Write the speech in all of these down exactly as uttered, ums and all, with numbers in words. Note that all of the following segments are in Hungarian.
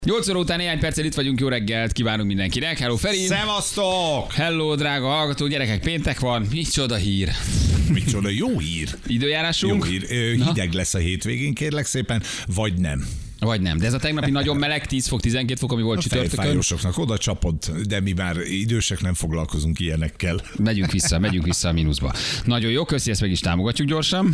nyolc óra után néhány perccel itt vagyunk, jó reggelt kívánunk mindenkinek. Hello Feri! Szevasztok! Hello drága hallgató, gyerekek, péntek van, micsoda hír! Micsoda jó hír! Időjárásunk? Jó hír. Ö, hideg lesz a hétvégén, kérlek szépen, vagy nem. Vagy nem, de ez a tegnapi nagyon meleg, tíz fok, tizenkét fok, ami volt A csütörtökön. fejfájósoknak oda csapod, de mi már idősek nem foglalkozunk ilyenekkel. Megyünk vissza, megyünk vissza a mínuszba. Nagyon jó, köszi, ezt meg is támogatjuk gyorsan.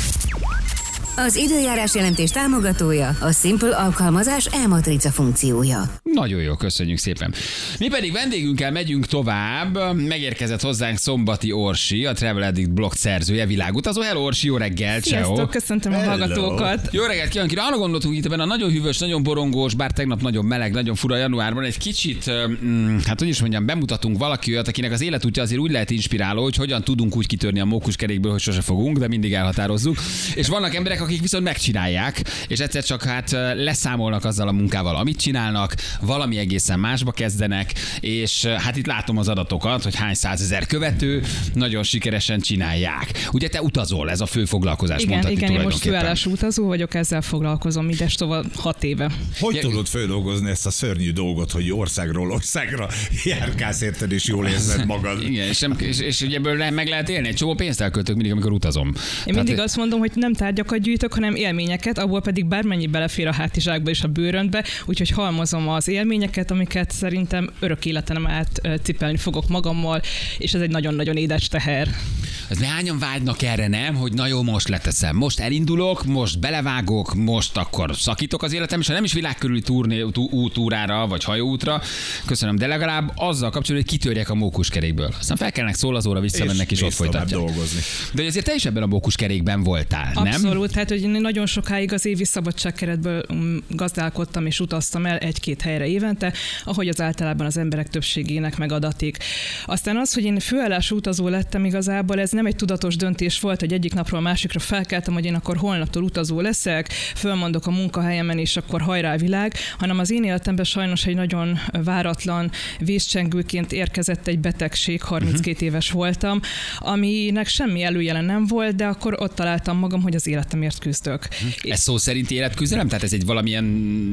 Az időjárás jelentés támogatója a Simple alkalmazás e-matrica funkciója. Nagyon jó, köszönjük szépen. Mi pedig vendégünkkel megyünk tovább. Megérkezett hozzánk Szombati Orsi, a Travel Addict blog szerzője, világutazó. Hello Orsi, jó reggel, Sziasztok, ciao. köszöntöm a hallgatókat. Jó reggelt kívánok, arra gondoltunk itt ebben a nagyon hűvös, nagyon borongós, bár tegnap nagyon meleg, nagyon fura januárban egy kicsit, hát hogy is mondjam, bemutatunk valaki olyat, akinek az életútja azért úgy lehet inspiráló, hogy hogyan tudunk úgy kitörni a mókuskerékből, hogy sose fogunk, de mindig elhatározzuk. És vannak emberek, akik viszont megcsinálják, és egyszer csak hát leszámolnak azzal a munkával, amit csinálnak, valami egészen másba kezdenek, és hát itt látom az adatokat, hogy hány százezer követő nagyon sikeresen csinálják. Ugye te utazol, ez a fő foglalkozás, Igen, mondhatni igen, én most tulajdonképpen. főállású utazó vagyok, ezzel foglalkozom mindestova hat éve. Hogy Ja, tudod földolgozni ezt a szörnyű dolgot, hogy országról országra járkálsz, érted, és jól érzed magad? Igen, és, nem, és, és ugye ebből le- meg lehet élni, egy csomó pénzt elköltök mindig, amikor utazom. Én mindig azt mondom, hogy nem tárgyakat gyűjtök, hanem élményeket, abból pedig bármennyi belefér a hátizsákba és a bőröntbe, úgyhogy halmozom az élményeket, amiket szerintem örök életem át cipelni fogok magammal, és ez egy nagyon-nagyon édes teher. Ez hányan vágynak erre, nem? Hogy na jó, most leteszem, most elindulok, most belevágok, most akkor szakítok az életem, és ha nem is világkörüli turné, tú, túrára vagy hajóútra, köszönöm, de legalább azzal kapcsolatban, hogy kitörjek a mókuskerékből. Aztán felkelnek szólazóra, visszamennek és, és ott folytatják. dolgozni. De azért te is ebben a mókuskerékben voltál, nem? Abszolút, tehát hogy én nagyon sokáig az évi szabadságkeretből gazdálkodtam és utaztam el egy-két helyre évente, ahogy az általában az emberek többségének megadatik. Aztán az, hogy én főállású utazó lettem, igazából ez nem egy tudatos döntés volt, hogy egyik napról a másikra felkeltem, hogy én akkor holnaptól utazó leszek, fölmondok a munkahelyemen, és akkor hajrá világ, hanem az én életemben sajnos egy nagyon váratlan vészcsengőként érkezett egy betegség, harminckét éves voltam, aminek semmi előjele nem volt, de akkor ott találtam magam, hogy az életemért küzdök. Ez szó szerint életküzdelem? Tehát ez egy valamilyen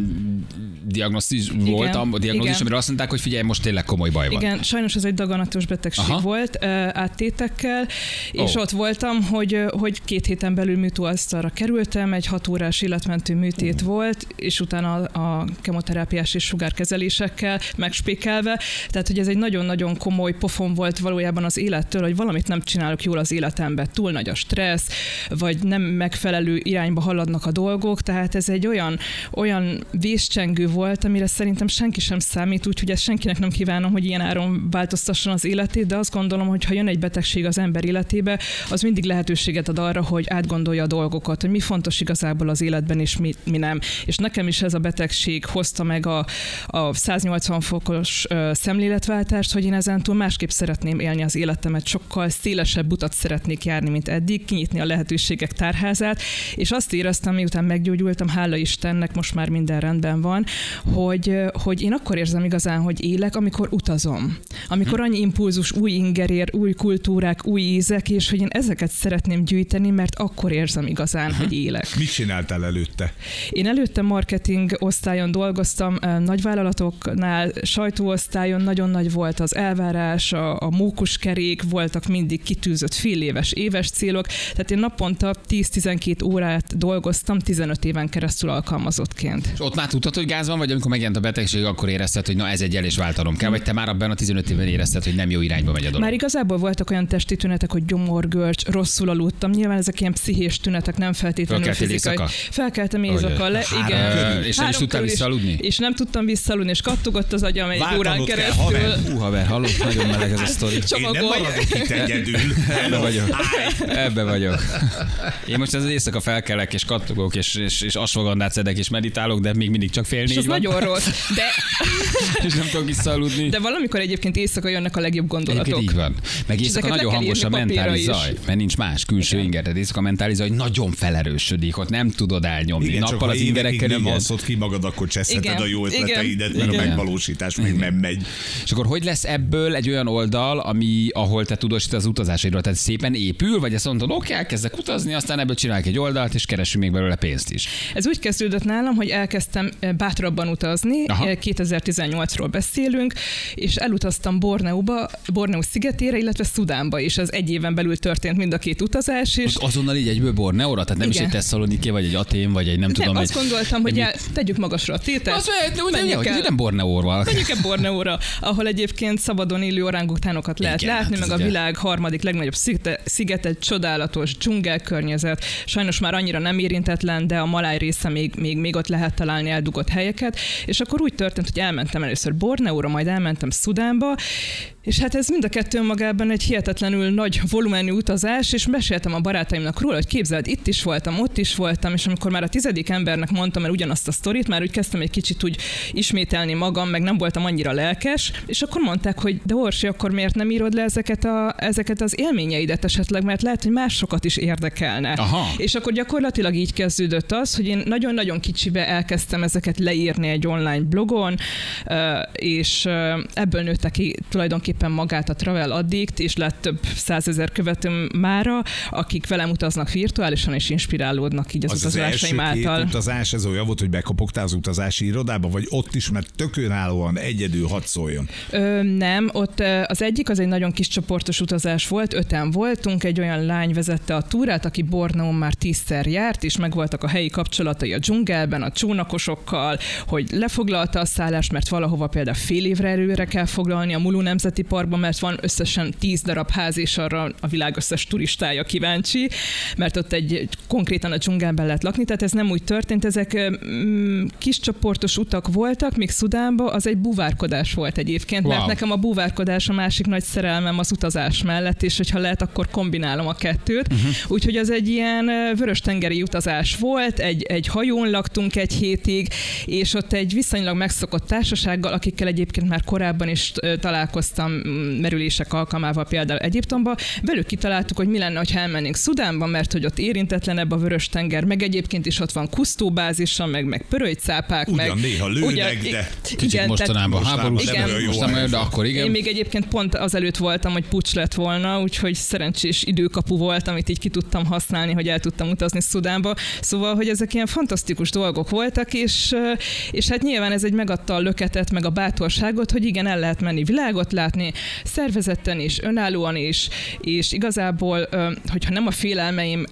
diagnosztis volt, a diagnózis, amire azt mondták, hogy figyelj, most tényleg komoly baj van. Igen, sajnos ez egy daganatos betegség Aha. volt, áttétekkel, és oh. ott voltam, hogy, hogy két héten belül műtőasztalra kerültem, egy hat órás életmentő műtét uh. volt, és utána a, a kemoterápiás és sugárkezelésekkel megspékelve, tehát hogy ez egy nagyon-nagyon komoly pofon volt valójában az élettől, hogy valamit nem csinálok jól az életemben, túl nagy a stressz, vagy nem megfelelő irányba haladnak a dolgok, tehát ez egy olyan, olyan vészcsengő volt, amire szerintem senki sem számít, úgyhogy ezt senkinek nem kívánom, hogy ilyen áron változtasson az életét, de azt gondolom, hogy ha jön egy betegség az ember életébe, az mindig lehetőséget ad arra, hogy átgondolja a dolgokat, hogy mi fontos igazából az életben, és mi, mi nem. És nekem is ez a betegség hozta meg a, a száznyolcvan fokos uh, szemléletváltást, hogy én ezentúl másképp szeretném élni az életemet, sokkal szélesebb utat szeretnék járni, mint eddig, kinyitni a lehetőségek tárházát, és azt éreztem, miután meggyógyultam, hála Istennek, most már minden rendben van, hogy, hogy én akkor érzem igazán, hogy élek, amikor utazom. Amikor annyi impulzus, új inger ér, új kultúrák, új ízek, és hogy én ezeket szeretném gyűjteni, mert akkor érzem igazán, hogy élek. Mit csináltál előtte? Én előtte marketing osztályon dolgoztam, nagyvállalatoknál, sajtóosztályon nagyon nagy volt az elvárás, a, a mókuskerék, voltak mindig kitűzött féléves, éves célok, tehát én naponta tíz-tizenkét órát dolgoztam, tizenöt éven keresztül alkalmazottként. És ott már tudtad, hogy gáz van, vagy amikor megjelent a betegség, akkor érezted, hogy na ez egy jel és váltanom kell, vagy te már abban a tizenöt évben érezted, hogy nem jó irányba megy a dolog? Már igazából voltak olyan testi tünetek, hogy gyomorgörcs, rosszul aludtam. Nyilván ezek ilyen pszichés tünetek, nem feltétlenül Felkeltél fizikai. éjszaka? Felkeltem éjszaka, le, igen. Körül. És nem is tudtál visszaaludni? És nem tudtam visszaaludni, és kattogott az agyam egy Váltanod órán kell, keresztül. haver. Hú, haver, hallott, nagyon meleg ez a sztori. Én nem maradok itt egyedül. Ebbe vagyok. Ebbe vagyok. Én most az éjszaka felkelek, és kattogok, és, és, és asfagandát szedek, és meditálok, de még mindig csak fél És négy az van. nagyon rossz, de... És nem tudok visszaaludni. De valamikor egyébként éjszaka jönnek a legjobb gondolatok. Egyébként így van. Meg éjszaka ezeket nagyon le kell hangos a írni papírra mentális is. zaj, mert nincs más külső inger, tehát éjszaka a mentális zaj nagyon felerősödik, ott nem tudod elnyomni. Igen, csak Nappal ha az évekig ingerekkel nem igen. alszod ki magad, akkor cseszheted Igen, a jó ötleteidet, igen, mert a igen. megvalósítás még nem megy. És akkor hogy lesz ebből egy olyan oldal, ami, ahol te tudósítod az utazásaidról, tehát szépen épül, vagy ezt mondod, oké, elkezdek utazni, aztán ebből csinálok egy oldalt, és keresünk még belőle pénzt is. Ez úgy kezdődött nálam, hogy elkezdtem bátrabban Ázsiában utazni, Aha. kétezer-tizennyolcról beszélünk, és elutaztam Borneóba, Borneó szigetére, illetve Szudánba, és az egy éven belül történt mind a két utazás. És azonnal így egyből Borneóra? Tehát nem igen. is egy Tesszaloniki, vagy egy Atén, vagy egy nem, nem tudom. Nem, azt egy, gondoltam, hogy egy... el, tegyük magasra a tétet. Az, menjünk el. Nem Borneóval. Menjünk el Borneóra, ahol egyébként szabadon élő orángutánokat lehet igen, látni, hát meg a világ harmadik legnagyobb sziget, egy csodálatos dzsungelkörnyezet. Sajnos már annyira nem érintetlen, de a Maláj része még, még, még ott lehet találni eldugott helyeket. És akkor úgy történt, hogy elmentem először Borneóra, majd elmentem Szudánba, és hát ez mind a kettő önmagában egy hihetetlenül nagy volumenű utazás, és meséltem a barátaimnak róla, hogy képzeld, itt is voltam, ott is voltam, és amikor már a tizedik embernek mondtam el ugyanazt a sztorit, már úgy kezdtem egy kicsit úgy ismételni magam, meg nem voltam annyira lelkes, és akkor mondták, hogy de Orsi, akkor miért nem írod le ezeket, a, ezeket az élményeidet esetleg, mert lehet, hogy másokat is érdekelne. Aha. És akkor gyakorlatilag így kezdődött az, hogy én nagyon-nagyon kicsibe elkezdtem ezeket leírni egy online blogon, és ebből nőtte ki tulajdonképpen magát a Travel Addict, és lett több százezer követőm mára, akik velem utaznak virtuálisan, és inspirálódnak így az, az utazásaim által. Az első két utazás, ez olyan volt, hogy bekopogtál az utazási irodába, vagy ott is, mert tök önállóan egyedül hadd szóljon? Ö, nem, ott az egyik az egy nagyon kis csoportos utazás volt, öten voltunk, egy olyan lány vezette a túrát, aki Borneón már tízszer járt, és megvoltak a helyi kapcsolatai a dzsungelben, a csónakosokkal, hogy lefoglalta a szállást, mert valahova például fél évre előre kell foglalni a Mulu Nemzeti Parkban, mert van összesen tíz darab ház, és arra a világ összes turistája kíváncsi, mert ott egy, egy konkrétan a dzsungelben lehet lakni, tehát ez nem úgy történt, ezek mm, kis csoportos utak voltak, míg Szudánban az egy búvárkodás volt egyébként, wow. mert nekem a búvárkodás a másik nagy szerelmem az utazás mellett, és hogyha lehet, akkor kombinálom a kettőt. Uh-huh. Úgyhogy az egy ilyen vörös-tengeri utazás volt, egy, egy hajón laktunk egy hétig, és ott egy viszonylag megszokott társasággal, akikkel egyébként már korábban is találkoztam merülések alkalmával, például Egyiptomba, velük kitaláltuk, hogy mi lenne, ha elmennénk Szudánba, mert hogy ott érintetlenebb a Vörös-tenger, meg egyébként is ott van kusztóbázisa, meg, meg pörölycápák, ugyan meg... néha lőnek, ugyan, de... Kicsit igen, mostanában háborús, nem olyan jó, de akkor igen. Én még egyébként pont azelőtt voltam, hogy puccs lett volna, úgyhogy szerencsés időkapu volt, amit így ki tudtam használni, hogy el tudtam utazni Szudánba. Szóval, hogy ezek ilyen fantasztikus dolgok voltak, és, és hát nyilván ez egy megadta a löketet, meg a bátorságot, hogy igen, el lehet menni világot látni, szervezetten is, önállóan is, és igazából, hogyha nem a félelmeim,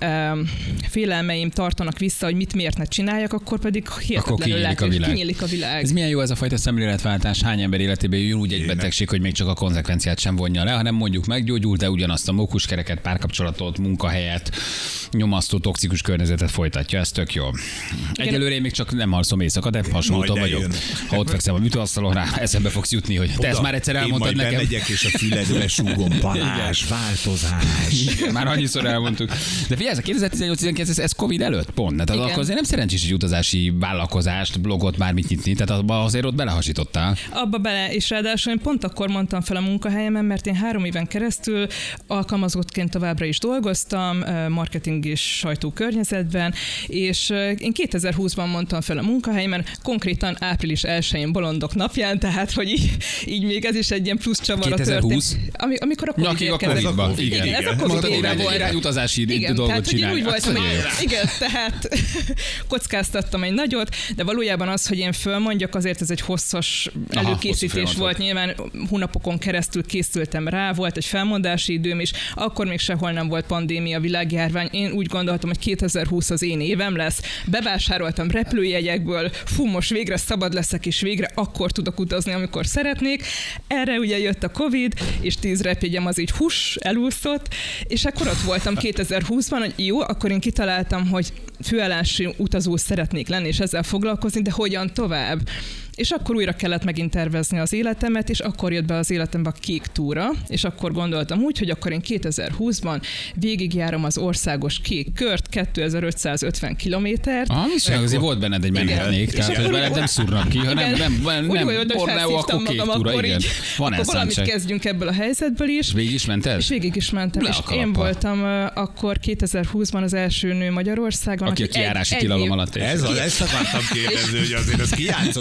félelmeim tartanak vissza, hogy mit miért ne csináljak, akkor pedig hihetetlenül lehet, hogy kinyílik a világ. Ez milyen jó ez a fajta szemléletváltás, hány ember életében jön úgy egy betegség, hogy még csak a konzekvenciát sem vonja le, hanem mondjuk meggyógyult, de ugyanazt a mókuskereket, párkapcsolatot, munkahelyet, nyomasztó, toxikus környezetet folytatja, ez tök jó. Egyelőre én még csak nem alszom éjszaka, de hasonlóan vagyok. Ha ott fekszem a műtőasztalon rá, eszembe fogsz jutni, hogy te ezt már egyszer elmondtad nekem. Én majd bemegyek és a füledbe súgom, Balázs, változás. Igen, már annyiszor elmondtuk. De figyelj, ez a kétezer-tizennyolc-tizenkilenc, ez, ez Covid előtt pont. Tehát akkor azért nem szerencsés egy utazási vállalkozást, blogot már mit nyitni, tehát abba azért ott belehasítottál. Abba bele, és ráadásul én pont akkor mondtam fel a munkahelyemen, mert én három éven keresztül alkalmazottként továbbra is dolgoztam, marketing és sajtó környezetben, és én kétezer-húszban mondtam fel a munkahelyemen, konkrétan április elsején bolondok napján, tehát hogy így, így még ez is egy ilyen plusz csavarra kétezer-húsz? történt. Ami, amikor a Covid érkezett. A COVID igen, igen, ez a Covid éve volt. Egy utazási igen, dolgot tehát, csinálni. Úgy voltam, igen, tehát kockáztattam egy nagyot, de valójában az, hogy én fölmondjak, azért ez egy hosszas Aha, előkészítés volt. Nyilván hónapokon keresztül készültem rá, volt egy felmondási időm is, akkor még sehol nem volt pandémia, világjárvány. Én úgy gondoltam, hogy kétezer-húsz az én évem lesz. Bevásároltam repülőjegyekből, fú, most végre szabad leszek, és végre akkor tudok utazni, amikor szeretnék. Erre ugye jött a Covid, és tíz repjegyem az így hús, elúszott, és akkor ott voltam kétezer-húszban, hogy jó, akkor én kitaláltam, hogy főállási utazó szeretnék lenni, és ezzel foglalkozni, de hogyan tovább? És akkor újra kellett megint tervezni az életemet, és akkor jött be az életembe a kék túra, és akkor gondoltam úgy, hogy akkor én kétezer-húszban végigjárom az országos kék kört, kétezer-ötszázötven kilométert. Ah, viszont azért volt benned egy menhetnék, tehát hogy veled nem szúrnak ki, ha nem, nem, nem, nem Borneó, akkor kék túra, igen. Van ez valamit kezdjünk ebből a helyzetből is. Végig is mented? És végig is mentem, és én voltam akkor kétezer-húszban az első nő Magyarországon, aki a kijárási tilalom alatt. Ez az, ezt akartam kérdezni, hogy azért ezt kijátszottak egy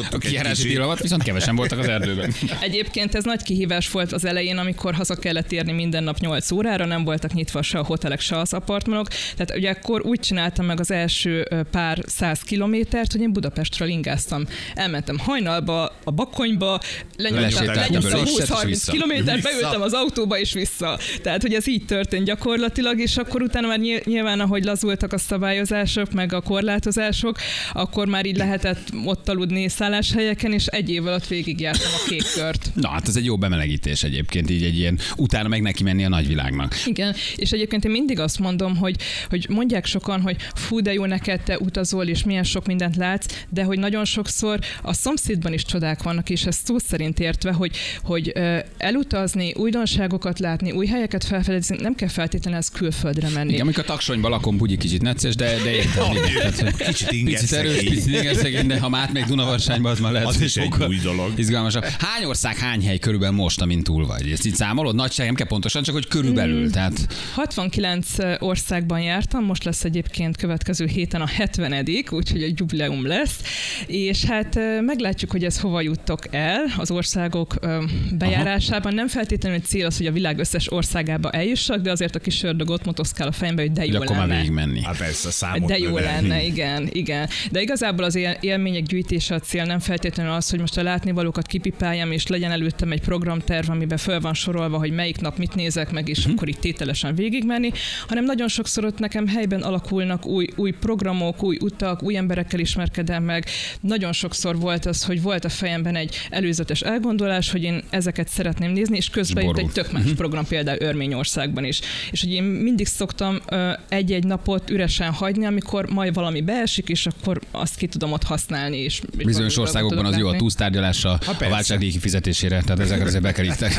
Eljárási tilalmat, viszont kevesen voltak az erdőben. Egyébként ez nagy kihívás volt az elején, amikor haza kellett érni minden nap nyolc órára, nem voltak nyitva se a hotelek, se az apartmanok. Tehát ugye akkor úgy csináltam meg az első pár száz kilométert, hogy én Budapestről ingáztam. Elmentem hajnalba, a Bakonyba, lenyomtam húsz-harminc kilométert, beültem az autóba és vissza. Tehát, hogy ez így történt gyakorlatilag, és akkor utána már nyilván, ahogy lazultak a szabályozások, meg a korlátozások, akkor már így lehetett ott aludni szálláshelyeken, és egy év alatt végigjártam a kék kört. Na, hát ez egy jó bemelegítés egyébként, így egy ilyen, utána meg neki menni a nagyvilágnak. Igen, és egyébként én mindig azt mondom, hogy, hogy mondják sokan, hogy fú, de jó neked, te utazol, és milyen sok mindent látsz, de hogy nagyon sokszor a szomszédban is csodák vannak, és ezt szó szerint értve, hogy, hogy elutazni, újdonságokat látni, új helyeket felfedezni, nem kell feltétlenül ez külföldre menni. Igen, amikor a Taksonyban lakom, bugyi kicsit necces, de, de értem. Kicsit inger Picit erős, picit inger szegény, de ha már átmegy Dunavarságba, az már lehet, az is egy új dolog. Izgalmasabb. Hány ország, hány hely körülbelül most, amint túl vagy? Ezt így számolod? Nagyság nem kell pontosan, csak hogy körülbelül. Mm. Tehát... hatvankilenc országban jártam, most lesz egyébként következő héten a hetvenedik, úgyhogy egy jubileum lesz, és hát meglátjuk, hogy ez hova juttok el az országok bejárásában. Aha. Nem feltétlenül cél az, hogy a világ összes országába eljussak, de azért a kis ördög ott motoszkál a fejembe, hogy de jó akkor lenne. Végigmenni. Hát ez a számot de jó növelni. lenne, igen, igen. De igazából az élmények gyűjtése a cél, nem feltétlenül az, hogy most a látnivalókat kipipáljam, és legyen előttem egy programterv, amiben föl van sorolva, hogy melyik nap mit nézek meg, és uh-huh. akkor itt tételesen végigmenni, hanem nagyon sokszor ott nekem helyben alakulnak új, új programok, új utak, új emberekkel ismerkedem meg. Nagyon sokszor volt az, hogy volt a fejemben egy előzetes elgondolás, hogy én ezeket szeretném nézni, és közben jött egy tök más uh-huh. program, például Örményországban is. És hogy én mindig szoktam uh, egy-egy napot üresen hagyni, amikor majd valami beesik, és akkor azt ki tudom ott használni. És bizonyos országokban az jó a túlsztárgyalása a váltságdíj kifizetésére, tehát ezekre azért bekerültek.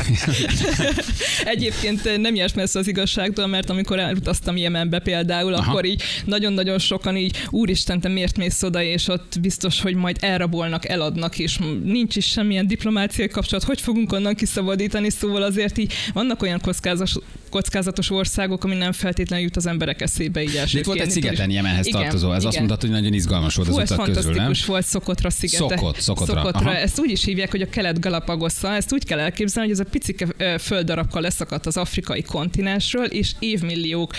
Egyébként nem ilyes messze az igazságtól, mert amikor elutaztam Jemenbe például, aha. akkor így nagyon-nagyon sokan így, úristen, te miért mész oda, és ott biztos, hogy majd elrabolnak, eladnak, és nincs is semmilyen diplomáciai kapcsolat, hogy fogunk onnan kiszabadítani, szóval azért így vannak olyan kockázatos, kockázatos országok, ami nem feltétlenül jut az emberek eszébe így elsőként. Itt volt egy szigeten Jemenhez tartozó, ez igen. Azt mondtad, hogy nagyon izgalmas volt az Hú, utak közül, nem? Fantasztikus volt Szokotra szigete. Szokot, Szokotra. Szokotra. Ezt úgy is hívják, hogy a Kelet-Galapagos-szal. Ezt úgy kell elképzelni, hogy ez a picike földdarabka leszakadt az afrikai kontinensről, és évmilliók,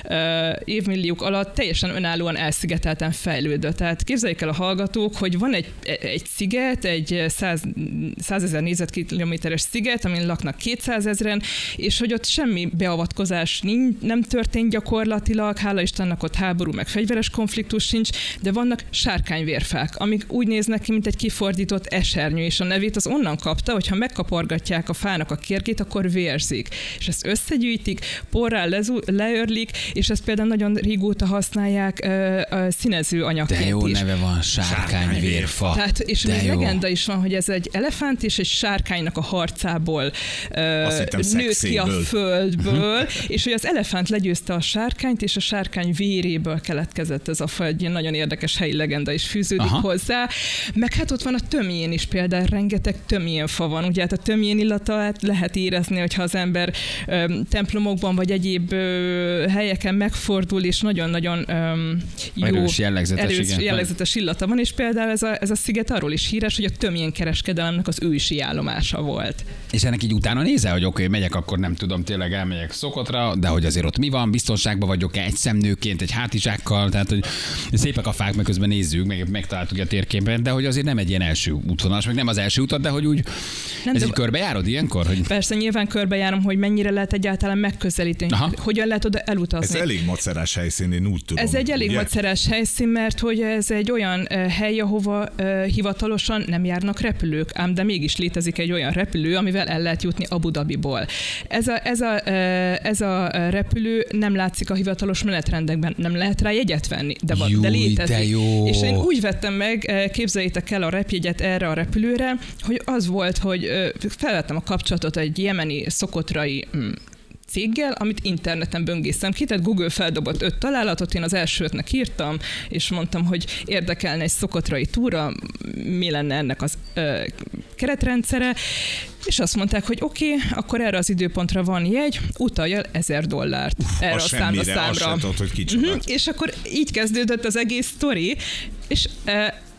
évmilliók alatt teljesen önállóan elszigetelten fejlődött. Tehát képzeljék el a hallgatók, hogy van egy, egy sziget, egy százezer négyzetkilométeres sziget, amin laknak kétszázezren, és hogy ott semmi beavatkozás nincs, nem történt gyakorlatilag, hála Istennek ott háború meg fegyveres konfliktus sincs, de vannak sárkányvérfák, amik úgy néznek ki, mint egy kifordított esernyő, és a nevét az onnan kapta, hogyha megkapargatják a fának a kérgét, akkor vérzik. És ezt összegyűjtik, porrá lezú, leörlik, és ezt például nagyon régóta használják ö, ö, színező anyagként is. De jó is. Neve van, sárkányvérfa. Tehát, és még legenda is van, hogy ez egy elefánt és egy sárkánynak a harcából ö, nőtt ki a földből, és hogy az elefánt legyőzte a sárkányt, és a sárkány véréből keletkezett ez a faj, egy ilyen nagyon érdekes helyi legenda is fűződik aha. hozzá. Meg hát ott van a tömjén is például, rengeteg tömjénfa van. Ugye hát a tömjén illatát lehet érezni, hogyha az ember ö, templomokban vagy egyéb ö, helyeken megfordul, és nagyon-nagyon ö, jó, erős, jellegzetes, erős jellegzetes illata van, és például ez a, ez a sziget arról is híres, hogy a tömjén kereskedelemnek az ősi állomása volt. És ennek így utána nézel, hogy oké, okay, megyek, akkor nem tudom, tényleg elmegyek Szokotra, de hogy azért ott mi van, biztonságban vagyok-e egy szemnőként, egy hátizsákkal, tehát hogy szépek a fák, meg közben nézzük, meg megtaláltuk a térképen, de hogy azért nem egy ilyen első útvonalas, meg nem az első utat, de hogy úgy nem, ez így körbejárod ilyenkor? Hogy... Persze, nyilván körbejárom, hogy mennyire lehet egyáltalán megközelíteni, aha. hogyan lehet oda elutazni. Ez elég macerás helyszín, én úgy tudom. Ez egy elég ugye? macerás helyszín, mert hogy ez egy olyan hely, ahova uh, hivatalosan nem járnak repülők, ám de mégis létezik egy olyan repülő, amivel el lehet jutni Abu Dhabiból. Ez a, ez a, uh, ez a repülő nem látszik a hivatalos menetrendekben, nem lehet rá jegyet venni, de, Júj, de létezik. De jó. És én úgy vettem meg, képzeljétek el a repjegyet erre a repülőre, hogy az volt, hogy felvettem a kapcsolatot egy jemeni szokotrai céggel, amit interneten böngésztem ki, tehát Google feldobott öt találatot, én az első ötnek írtam, és mondtam, hogy érdekelne egy szokotrai túra, mi lenne ennek az ö, keretrendszere, és azt mondták, hogy oké, okay, akkor erre az időpontra van jegy, utalj el ezer dollárt Uf, erre a számra számra. Tudod, hogy uh-huh. És akkor így kezdődött az egész sztori, és e,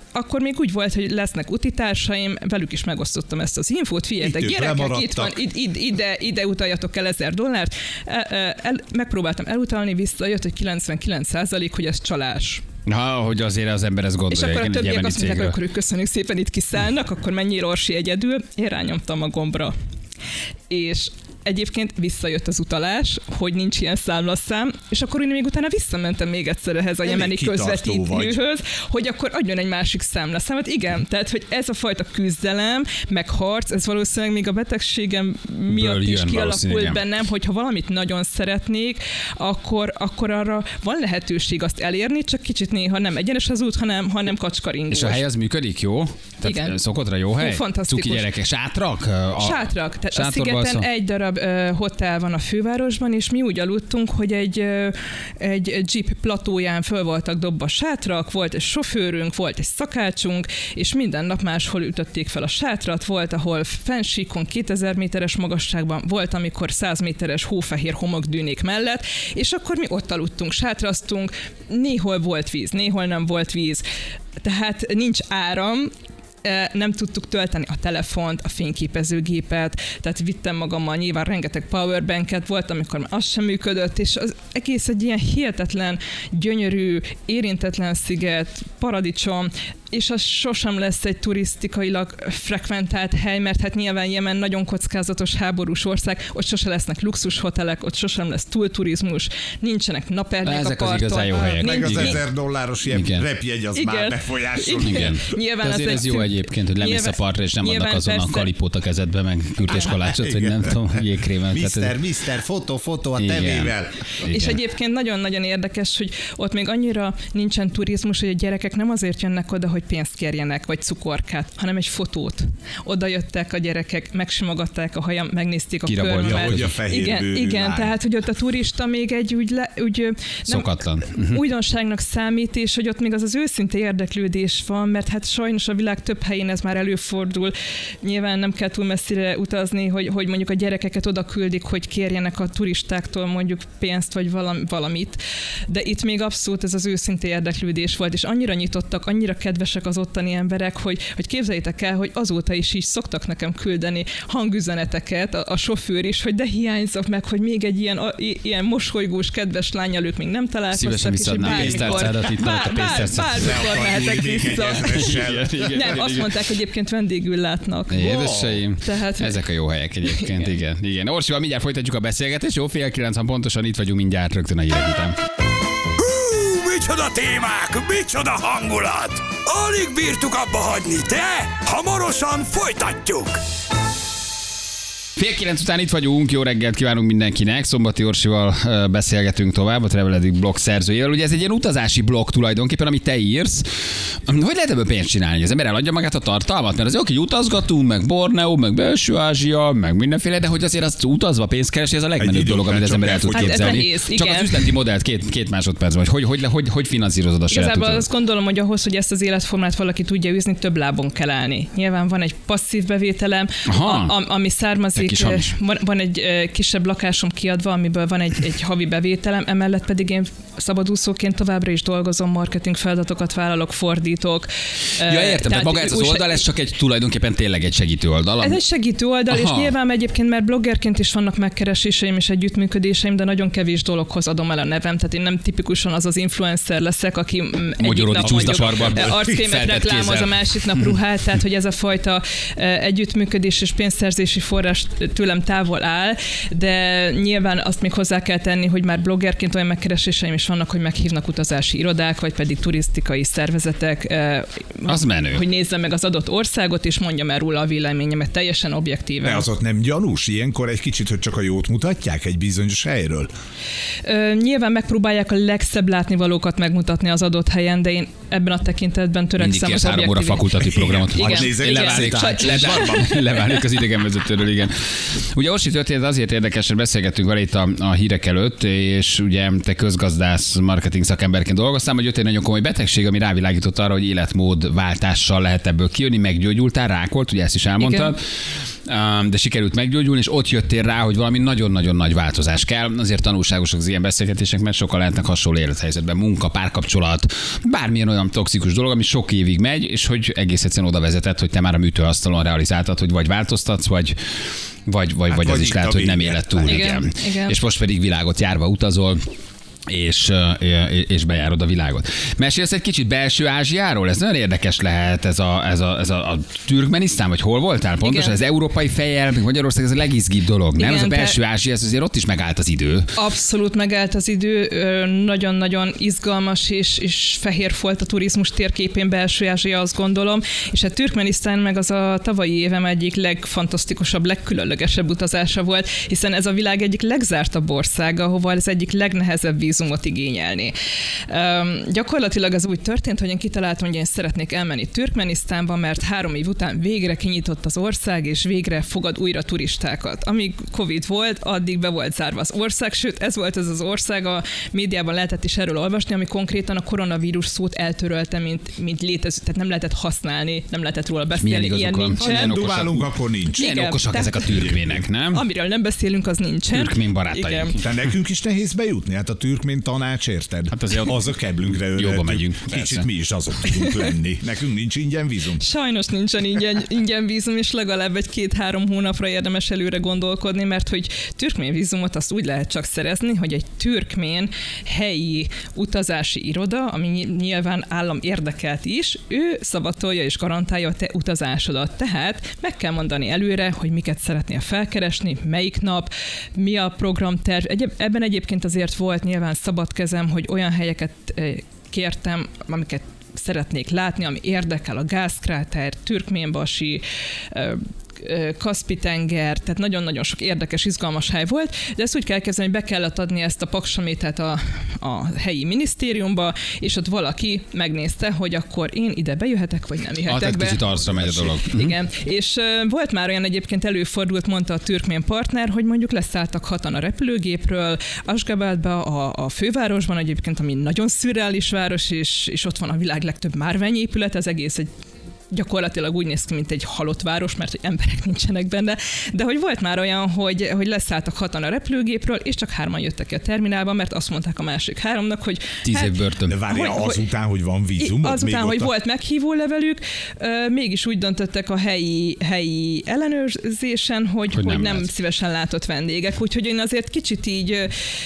akkor még úgy volt, hogy lesznek utitársaim, velük is megosztottam ezt az infót, figyeljetek, gyerekek, itt van, ide, ide, ide utaljatok el ezer dollárt. El, el, megpróbáltam elutalni, visszajött, hogy kilencvenkilenc százalék, hogy ez csalás. Ha, hogy azért az ember ezt gondolja. És akkor a többiek azt mondják, cégről. akkor ők köszönjük szépen, itt kiszállnak, akkor mennyire Orsi egyedül. Én rányomtam a gombra. És egyébként visszajött az utalás, hogy nincs ilyen számlaszám, és akkor én még utána visszamentem még egyszer ehhez a jemeni közvetítőhöz, hogy akkor adjon egy másik számlaszámot. Igen, tehát, hogy ez a fajta küzdelem, meg harc, ez valószínűleg még a betegségem miatt is kialakult bennem, hogy ha valamit nagyon szeretnék, akkor, akkor arra van lehetőség azt elérni, csak kicsit néha nem egyenes az út, hanem, hanem kacskaringós. És a hely az működik, jó? Tehát igen. Szokotra jó hely? Hú, fantasztikus. Cuki gyerekek, sátrak? A... Sátrak. Tehát a szigeten egy darab hotel van a fővárosban, és mi úgy aludtunk, hogy egy, egy jeep platóján föl voltak dobva sátrak, volt egy sofőrünk, volt egy szakácsunk, és minden nap máshol ütötték fel a sátrat, volt, ahol fennsíkon kétezer méteres magasságban, volt, amikor száz méteres hófehér homokdűnék mellett, és akkor mi ott aludtunk, sátraztunk, néhol volt víz, néhol nem volt víz, tehát nincs áram, nem tudtuk tölteni a telefont, a fényképezőgépet, tehát vittem magammal nyilván rengeteg powerbanket, volt, amikor már az sem működött, és az egész egy ilyen hihetetlen, gyönyörű, érintetlen sziget, paradicsom, és az sosem lesz egy turisztikailag frekventált hely, mert hát nyilván Jemen nagyon kockázatos háborús ország, ott sose lesznek luxushotelek, ott sosem lesz túlturizmus, nincsenek napernyek a parton. Ezek az igazán jó helyek. Meg az ezer dolláros repjegy az igen. Már befolyásol. Igen. Igen. Nyilván de azért ez jó egyébként, hogy lemész a partra, és nem adnak azon a kalipót a kezedbe, meg kürtéskalácsot, hogy nem tudom, jégkrémet. Mister, mister, fotó, fotó a tevével. És egyébként nagyon-nagyon érdekes, hogy ott még annyira nincsen turizmus, hogy a gyerekek nem azért jönnek oda, hogy pénzt kérjenek, vagy cukorkát, hanem egy fotót. Oda jöttek a gyerekek, megsimogatták a hajam, megnézték a körmömet. Igen, igen, tehát, hogy ott a turista még egy úgy, le, úgy szokatlan. Nem, újdonságnak számít, és hogy ott még az az őszinte érdeklődés van, mert hát sajnos a világ több helyén ez már előfordul. Nyilván nem kell túl messzire utazni, hogy, hogy mondjuk a gyerekeket oda küldik, hogy kérjenek a turistáktól mondjuk pénzt, vagy valamit. De itt még abszolút ez az őszinte érdeklődés volt, és annyira nyitottak, annyira kedvesek az ottani emberek, hogy, hogy képzeljétek el, hogy azóta is így szoktak nekem küldeni hangüzeneteket, a, a sofőr is, hogy de hiányzok meg, hogy még egy ilyen, a, ilyen mosolygós, kedves lányal ők még nem találkoztak. Szívesen visszadnám pénztárcádat, itt bár, a pénztárcát. Bármikor mehetek vissza. Nem, azt mondták, hogy egyébként vendégül látnak. Édeseim, tehát... ezek a jó helyek egyébként, igen. igen. Orsival mindjárt folytatjuk a beszélgetést, jó, fél kilencven pontosan itt vagyunk mindjárt rögtön a hírek után. Micsoda témák, micsoda hangulat! Alig bírtuk abba hagyni, de hamarosan folytatjuk! Fél kilenc után itt vagyunk, jó reggelt kívánunk mindenkinek. Szombati Orsival beszélgetünk tovább, a Travel Addict blog szerzőjével. Ugye ez egy ilyen utazási blog tulajdonképpen, amit te írsz. Hogy lehet ebből pénzt csinálni? Hogy az ember eladja magát a tartalmat? Mert az jó, hogy utazgatunk, meg Borneo, meg Belső Ázsia, meg mindenféle, de hogy azért azt utazva pénzt keresni, ez a legmenőbb dolog, amit az ember el tud képzelni. Hát csak az üzleti modellt két, két másodpercben, hogy hogy, hogy, hogy, hogy finanszírozod a saját Igazából utazat. azt gondolom, hogy ahhoz, hogy ezt az életformát valaki tudja űzni, több lábon kell állni. Nyilván van egy passzív bevételem, a, ami származik. Van, van egy kisebb lakásom kiadva, amiből van egy, egy havi bevételem, emellett pedig én szabadúszóként továbbra is dolgozom, marketing feladatokat vállalok, fordítok. Ja, értem, tehát, tehát maga ez az oldal, ez csak egy tulajdonképpen tényleg egy segítő oldal. Ez egy segítő oldal, aha. És nyilván egyébként, mert bloggerként is vannak megkereséseim és együttműködéseim, de nagyon kevés dologhoz adom el a nevem, tehát én nem tipikusan az az influencer leszek, aki egyik nap mondjuk arckémet reklámoz, a másik nap ruhát, tehát hogy ez a fajta együttműködés és pénzszerzési forrás tőlem távol áll, de nyilván azt még hozzá kell tenni, hogy már bloggerként olyan megkereséseim is vannak, hogy meghívnak utazási irodák, vagy pedig turisztikai szervezetek, az menő. Hogy nézzem meg az adott országot, és mondjam el róla a véleményemet teljesen objektíven. De az ott nem gyanús ilyenkor egy kicsit, hogy csak a jót mutatják egy bizonyos helyről? Ö, nyilván megpróbálják a legszebb látnivalókat megmutatni az adott helyen, de én ebben a tekintetben törekszem az objektív. Mindig három óra fakultatív programot. Igen, leválik az idegenvezetőről, igen. Ugye Orsi történet azért érdekes, hogy beszélgettünk vele itt a, a hírek előtt, és ugye te közgazdász, marketing szakemberként dolgoztál, hogy jött egy nagyon komoly betegség, ami rávilágított arra, hogy életmódváltással lehet ebből kijönni, meggyógyultál, rákolt, ugye ezt is elmondtad. de sikerült meggyógyulni, és ott jöttél rá, hogy valami nagyon-nagyon nagy változás kell. Azért tanulságosak az ilyen beszélgetések, mert sokan lehetnek hasonló élethelyzetben, munka, párkapcsolat, bármilyen olyan toxikus dolog, ami sok évig megy, és hogy egész egyszerűen oda vezetett, hogy te már a műtőasztalon realizáltad, hogy vagy változtatsz, vagy vagy, vagy, hát vagy az is lehet, hogy nem élet túl. Igen, igen. igen. És most pedig világot járva utazol, és, és bejárod a világot. Mesélsz egy kicsit belső Ázsiáról? Ez nagyon érdekes lehet, ez a, ez a, ez a, a Türkmenisztán, vagy hol voltál pontosan? Ez európai fejjel, Magyarország, ez a legizgibb dolog, nem? Igen, ez a belső Ázsia, ez azért ott is megállt az idő. Abszolút megállt az idő, nagyon-nagyon izgalmas és, és fehér folt a turizmus térképén belső Ázsia, azt gondolom, és a Türkmenisztán meg az a tavalyi évem egyik legfantasztikusabb, legkülönlegesebb utazása volt, hiszen ez a világ egyik legzártabb országa, ahova az egyik legnehezebb vízumot igényelni. Um, gyakorlatilag az úgy történt, hogy én kitaláltam, hogy én szeretnék elmenni Türkmenisztánba, mert három év után végre kinyitott az ország, és végre fogad újra turistákat. Amíg Covid volt, addig be volt zárva az ország, sőt, ez volt ez az ország, a médiában lehetett is erről olvasni, ami konkrétan a koronavírus szót eltörölte, mint, mint létező, tehát nem lehetett használni, nem lehetett róla beszélni, ilyen nincsen. Ha nem duválunk, akkor nincs. Milyen igen, okosak ezek a türkmének, nem? Amiről nem beszélünk, az nincsen. Türkmén barátaink. De nekünk is nehéz bejutni, hát a türkmén tanács, érted? Hát azért az a keblünkre jobban megyünk. Kicsit persze. Mi is azok tudunk lenni. Nekünk nincs ingyen vízum. Sajnos nincsen ingyen, ingyen vízum, és legalább egy két-három hónapra érdemes előre gondolkodni, mert hogy türkmén vízumot azt úgy lehet csak szerezni, hogy egy türkmén helyi utazási iroda, ami nyilván állam érdekelt is, ő szavatolja és garantálja a te utazásodat. Tehát meg kell mondani előre, hogy miket szeretnél felkeresni, melyik nap, mi a programterv. Egyéb, ebben egyébként azért volt nyilván szabad kezem, hogy olyan helyeket kértem, amiket szeretnék látni, ami érdekel, a gázkráter, Türkménbasi, Kaszpi-tenger, tehát nagyon-nagyon sok érdekes, izgalmas hely volt, de ezt úgy kell kezdeni, hogy be kellett adni ezt a paksamétát a, a helyi minisztériumba, és ott valaki megnézte, hogy akkor én ide bejöhetek, vagy nem jöhetek ah, be. Kicsit arcra megy a dolog. Igen, és uh, volt már olyan egyébként előfordult, mondta a türkmén partner, hogy mondjuk leszálltak hatan a repülőgépről, Asgabadba, a, a fővárosban egyébként, ami nagyon szürreális város, és, és ott van a világ legtöbb márványépület, az egész egy gyakorlatilag úgy néz ki, mint egy halott város, mert hogy emberek nincsenek benne, de hogy volt már olyan, hogy, hogy leszálltak hatan a repülőgépről, és csak hárman jöttek ki a terminálba, mert azt mondták a másik háromnak, hogy tíz hát, év börtön. De várja, azután, hogy van vízum? Azután, hogy volt meghívó levelük, mégis úgy döntöttek a helyi, helyi ellenőrzésen, hogy, hogy, hogy nem, nem szívesen látott vendégek. Úgyhogy én azért kicsit így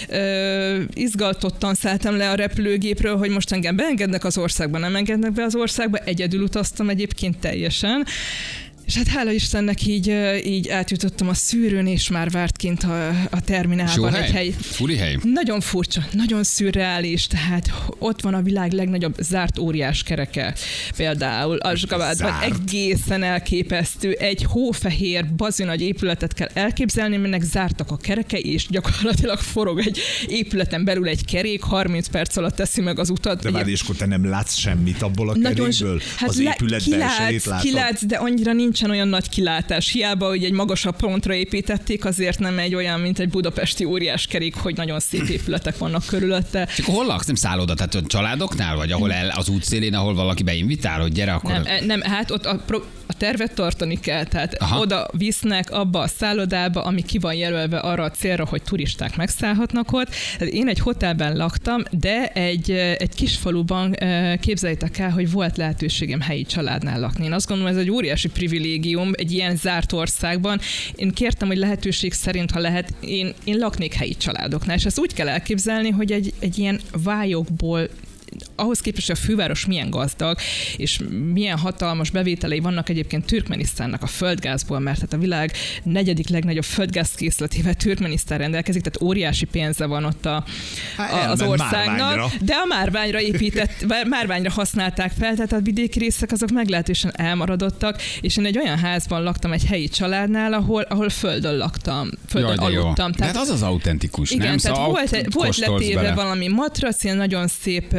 ö, izgaltottan szálltam le a repülőgépről, hogy most engem beengednek az országba, nem engednek be az országba, egyedül utaztam egyébként teljesen. És hát hála Istennek így, így átjutottam a szűrőn, és már várt kint a, a terminálban egy hely. Furi hely? Nagyon furcsa, nagyon szürreális, tehát ott van a világ legnagyobb zárt óriás kereke. Például Asgabadban egészen elképesztő, egy hófehér, bazinagy épületet kell elképzelni, aminek zártak a kerekei, és gyakorlatilag forog egy épületen belül egy kerék, harminc perc alatt teszi meg az utat. De várj, és akkor te nem látsz semmit abból a kerékből? Hát az épület belsejét látod? Kilátsz, de annyira nincs nincsen olyan nagy kilátás. Hiába, hogy egy magasabb pontra építették, azért nem egy olyan, mint egy budapesti óriás kerék, hogy nagyon szép épületek vannak körülötte. És akkor hol laksz? Nem szálloda? Tehát családoknál? Vagy ahol el az útszélén, ahol valaki beinvitál, hogy gyere akkor? Nem, nem hát ott a, a tervet tartani kell. Tehát aha, oda visznek abba a szállodába, ami ki van jelölve arra a célra, hogy turisták megszállhatnak ott. Én egy hotelben laktam, de egy, egy kis faluban képzeljétek el, hogy volt lehetőségem helyi családnál lakni. Én azt gondolom, ez egy óriási privilégium egy ilyen zárt országban. Én kértem, hogy lehetőség szerint, ha lehet, én, én laknék helyi családoknál. És ezt úgy kell elképzelni, hogy egy, egy ilyen vályokból, ahhoz képest, hogy a főváros milyen gazdag, és milyen hatalmas bevételei vannak egyébként Türkmenisztánnak a földgázból, mert hát a világ negyedik legnagyobb földgázkészletével Türkmenisztán rendelkezik, tehát óriási pénze van ott a, a, az országnak, márványra. De a márványra épített, márványra használták fel, tehát a vidéki részek azok meglehetősen elmaradottak, és én egy olyan házban laktam egy helyi családnál, ahol, ahol földön laktam, földön Jaj, aludtam. Tehát, hát az az autentikus, igen, nem? Tehát szóval volt, volt letéve valami matrac, ilyen nagyon szép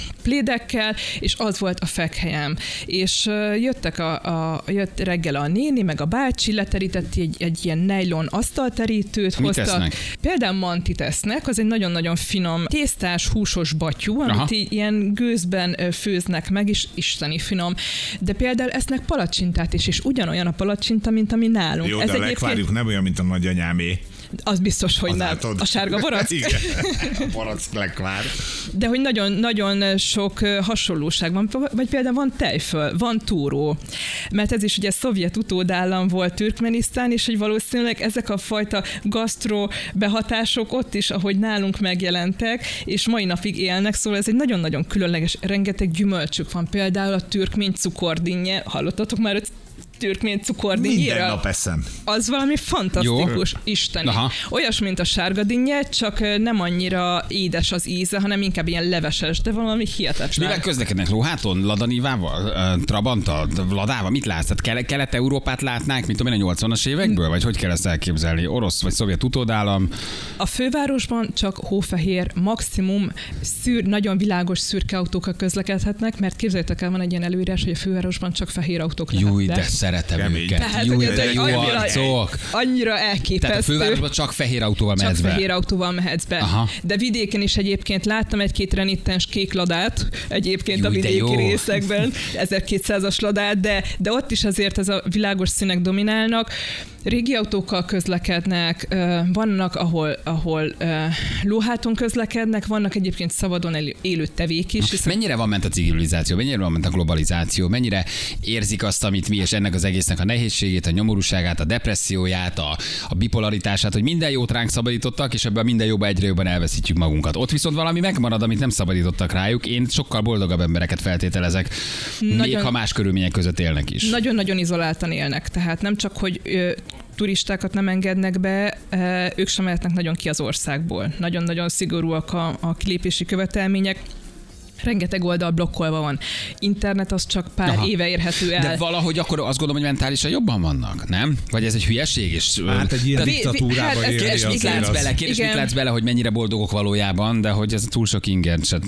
plédekkel, és az volt a fekhelyem. És jöttek a, a, jött reggel a néni, meg a bácsi, leterített egy, egy ilyen nejlon asztalterítőt. Mit hozta. tesznek? Például mantit esznek, az egy nagyon-nagyon finom tésztás, húsos batyú, amit Aha. így ilyen gőzben főznek meg, és isteni finom. De például esznek palacsintát is, és ugyanolyan a palacsinta, mint ami nálunk. Jó, Ez de a egyébként- lekvárjuk nem olyan, mint a nagyanyámé. Az biztos, hogy Az nem. látod? A sárga barack? Igen, a barack lekvár. De hogy nagyon, nagyon sok hasonlóság van, vagy például van tejföl, van túró, mert ez is ugye szovjet utódállam volt Türkmenisztán, és hogy valószínűleg ezek a fajta gasztro behatások ott is, ahogy nálunk megjelentek, és mai napig élnek, szóval ez egy nagyon-nagyon különleges, rengeteg gyümölcsük van, például a türkmény cukordinnye, hallottatok már, hogy türkmény Minden cukordinnye? nap eszem. Az valami fantasztikus, isteni. Aha. Olyas, mint a sárga dinnye, csak nem annyira édes az íze, hanem inkább ilyen leveses, de valami És mivel hihetetlen. közlekednek? Lóháton? Ladanívával? Trabanttal? Ladával? Mit látsz? Tehát Kel- Kelet-Európát látnák, mint tudom én, a nyolcvanas évekből? Vagy hogy kell ezt elképzelni? Orosz vagy szovjet utódállam? A fővárosban csak hófehér, maximum szűr, nagyon világos szürke autókkal közlekedhetnek, mert képzeljétek el, van egy ilyen előírás, hogy a fővárosban csak fehér autók Júj, lehetnek. de szeretem Kemény. őket. Tehát, Júj, hogy de ez jó annyira- arcok. Annyira elképesztő. Tehát a fővárosban csak fehér autóval Csak mehetsz be. fehér autóval mehetsz be. Aha. De vidéken is egyébként láttam egy-két renittens kék ladát, egyébként a Júj, de vidéki jó. részekben, ezerkétszázas ladát, de, de ott is azért ez a világos színek dominálnak. Régi autókkal közlekednek, ö, vannak, ahol, ahol ö, lóháton közlekednek, vannak egyébként szabadon elő- élő tevék is. hiszen- Mennyire van ment a civilizáció, mennyire van ment a globalizáció, mennyire érzik azt, amit mi, és ennek az egésznek a nehézségét, a nyomorúságát, a depresszióját, a, a bipolaritását, hogy minden jót ránk szabadítottak, és ebben minden jóba egyre jobban elveszítjük magunkat. Ott viszont valami megmarad, amit nem szabadítottak rájuk. Én sokkal boldogabb embereket feltételezek, még Nagyon- ha más körülmények között élnek is. Nagyon-nagyon izoláltan élnek, tehát nem csak, hogy ö, turistákat nem engednek be, ö, ők sem mehetnek nagyon ki az országból. Nagyon-nagyon szigorúak a, a kilépési követelmények. Rengeteg oldal blokkolva van. Internet az csak pár Aha. éve érhető el. De valahogy akkor azt gondolom, hogy mentálisan jobban vannak, nem? Vagy ez egy hülyeség? És, Hát egy ilyen Vi- vi- diktatúrába hát ez- élni Kérdés, mit azért látsz az- bele? Kérdés, mit Igen. látsz bele, hogy mennyire boldogok valójában, de hogy ez túl sok inger. Se...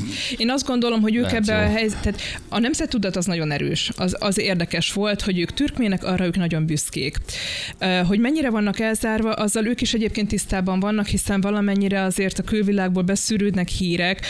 Én azt gondolom, hogy ők Lehet ebben a jó. helyzet, tehát a nemzettudat az nagyon erős. Az, az érdekes volt, hogy ők türkmének, arra ők nagyon büszkék. Ö, Hogy mennyire vannak elzárva, azzal ők is egyébként tisztában vannak, hiszen valamennyire azért a külvilágból beszűrődnek hírek,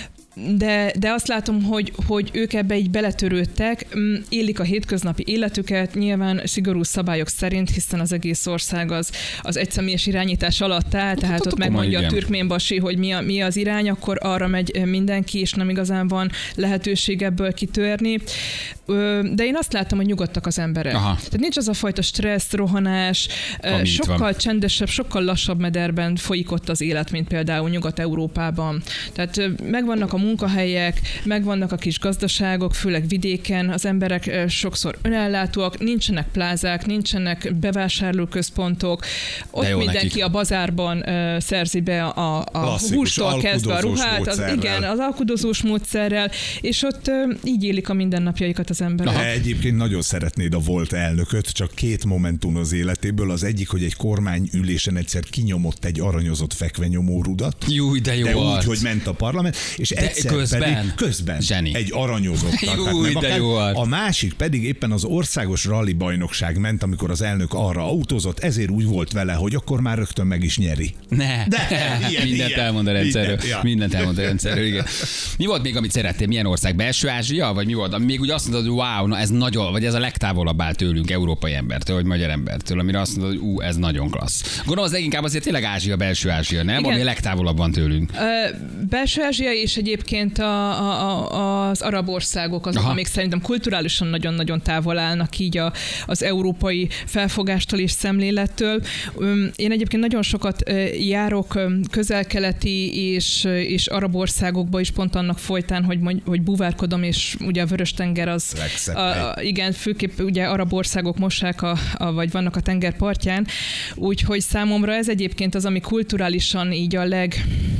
de, de azt látom, hogy, hogy ők ebbe így beletörődtek, mm, élik a hétköznapi életüket, nyilván szigorú szabályok szerint, hiszen az egész ország az, az egyszemélyes irányítás alatt áll, tehát ott ott komoly, megmondja a igen. türkménbasi, hogy mi, a, mi az irány, akkor arra megy mindenki, és nem igazán van lehetőség ebből kitörni. Ö, De én azt látom, hogy nyugodtak az emberek. Aha. Tehát nincs az a fajta stressz, rohanás, ö, Ami itt van. sokkal csendesebb, sokkal lassabb mederben folyik ott az élet, mint például Nyugat-Európában. Tehát ö, megvannak a munkahelyek, megvannak a kis gazdaságok, főleg vidéken, az emberek ö, sokszor önellátóak, nincsenek plázák, nincsenek bevásárlóközpontok, ott jó mindenki nekik. a bazárban ö, szerzi be a, a Klasszikus hústól kezdve a alkudozós ruhát, az, módszerrel. igen, az alkudozós módszerrel, és ott ö, így élik a mindennapjaikat az emberek. Te egyébként nagyon szeretnéd a volt elnököt, csak két momentum az életéből. Az egyik, hogy egy kormányülésen egyszer kinyomott egy aranyozott fekvenyomórudat. Júj, de jó De úgy, arc. hogy ment a parlament, és De egyszer közben? pedig közben Zseni. egy aranyozott. Júj, de jó arc. A másik pedig éppen az országos rally bajnokság ment, amikor az elnök arra autózott, ezért úgy volt vele, hogy akkor már rögtön meg is nyeri. Ne. De, ilyen, Mindent ilyen. elmond a rendszerről. Minden, ja. Mindent elmond a rendszerről, igen. Mi volt még, amit szerettél? Milyen ország? Belső Ázsia? Vagy mi volt? Ami még úgy azt mondod, hogy wow, na ez nagyon, vagy ez a legtávolabb áll tőlünk, európai embertől, vagy magyar embertől, amire azt mondod, hogy ú, ez nagyon klassz. Gondolom az leginkább azért tényleg Ázsia, belső Ázsia, nem? Igen. Ami a legtávolabb van tőlünk. Ö, Belső Ázsia és egyébként a, a, a, az arab országok azok, Aha. amik szerintem kulturálisan nagyon-nagyon távol állnak így a, az európai felfogástól és szemlélettől. Öm, Én egyébként nagyon sokat ö, járok öm, közel-keleti és, és arab országokba is pont annak folytán, hogy, mondj- hogy buvárkodom, és ugye a Vörös-tenger az, Legszebb a, hely. a, igen, főképp ugye arab országok mossák, a, a, vagy vannak a tenger partján, úgyhogy számomra ez egyébként az, ami kulturálisan így a leg,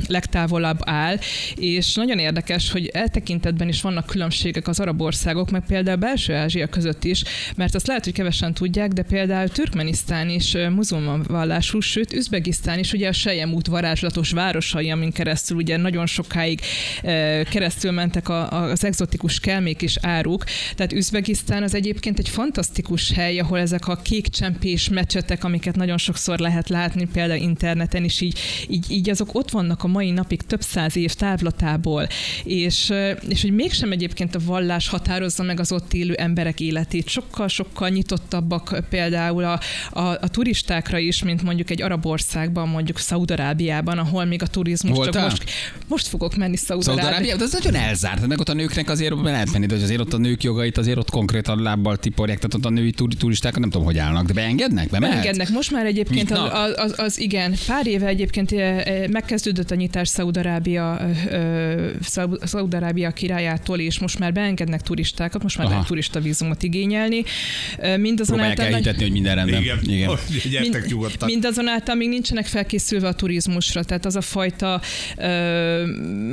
legtávolabb áll, és nagyon érdekes, hogy e tekintetben is vannak különbségek az arab országok, meg például Belső-Ázsia között is, mert azt lehet, hogy kevesen tudják, de például Türkmenisztán is muzulmán vallású, sőt Üzbegisztán is ugye a Selyemút varázslatos városai, amin keresztül ugye nagyon sokáig keresztül mentek az egzotikus kelmék és áruk. Tehát Üzbegisztán az egyébként egy fantasztikus hely, ahol ezek a kékcsempés mecsetek, amiket nagyon sokszor lehet látni, például interneten is így, így, így azok ott vannak a mai napig több száz év távlatából, és, és hogy mégsem egyébként a vallás határozza meg az ott élő emberek életét. Sokkal-sokkal nyitottabbak például a, a, a turistákra is, mint mondjuk egy arab országban, mondjuk Szaúd-Arábiában, ahol még a turizmus Voltál? csak most, most fogok menni Szaúd-Arábiában. De az nagyon elzárt, meg ott a nőknek azért lehet menni, de azért ott a nők jogait azért ott konkrétan lábbal tiporják, tehát ott a női turisták nem tudom, hogy állnak, de beengednek? Bemehet? Beengednek. Most már egyébként az, az, az, az igen, pár éve egyébként megkezdődött a nyitás Szaúd-Arábia, Szaúd-Arábia királyától, és most már beengednek turistákat, most már lehet turista vízumot igényelni. Mindazonáltal próbálják elhitetni, hogy minden rendben. Igen. Igen. Gyertek nyugodtan. Mindazonáltal még nincsenek felkészülve a turizmusra, tehát az a fajta ö,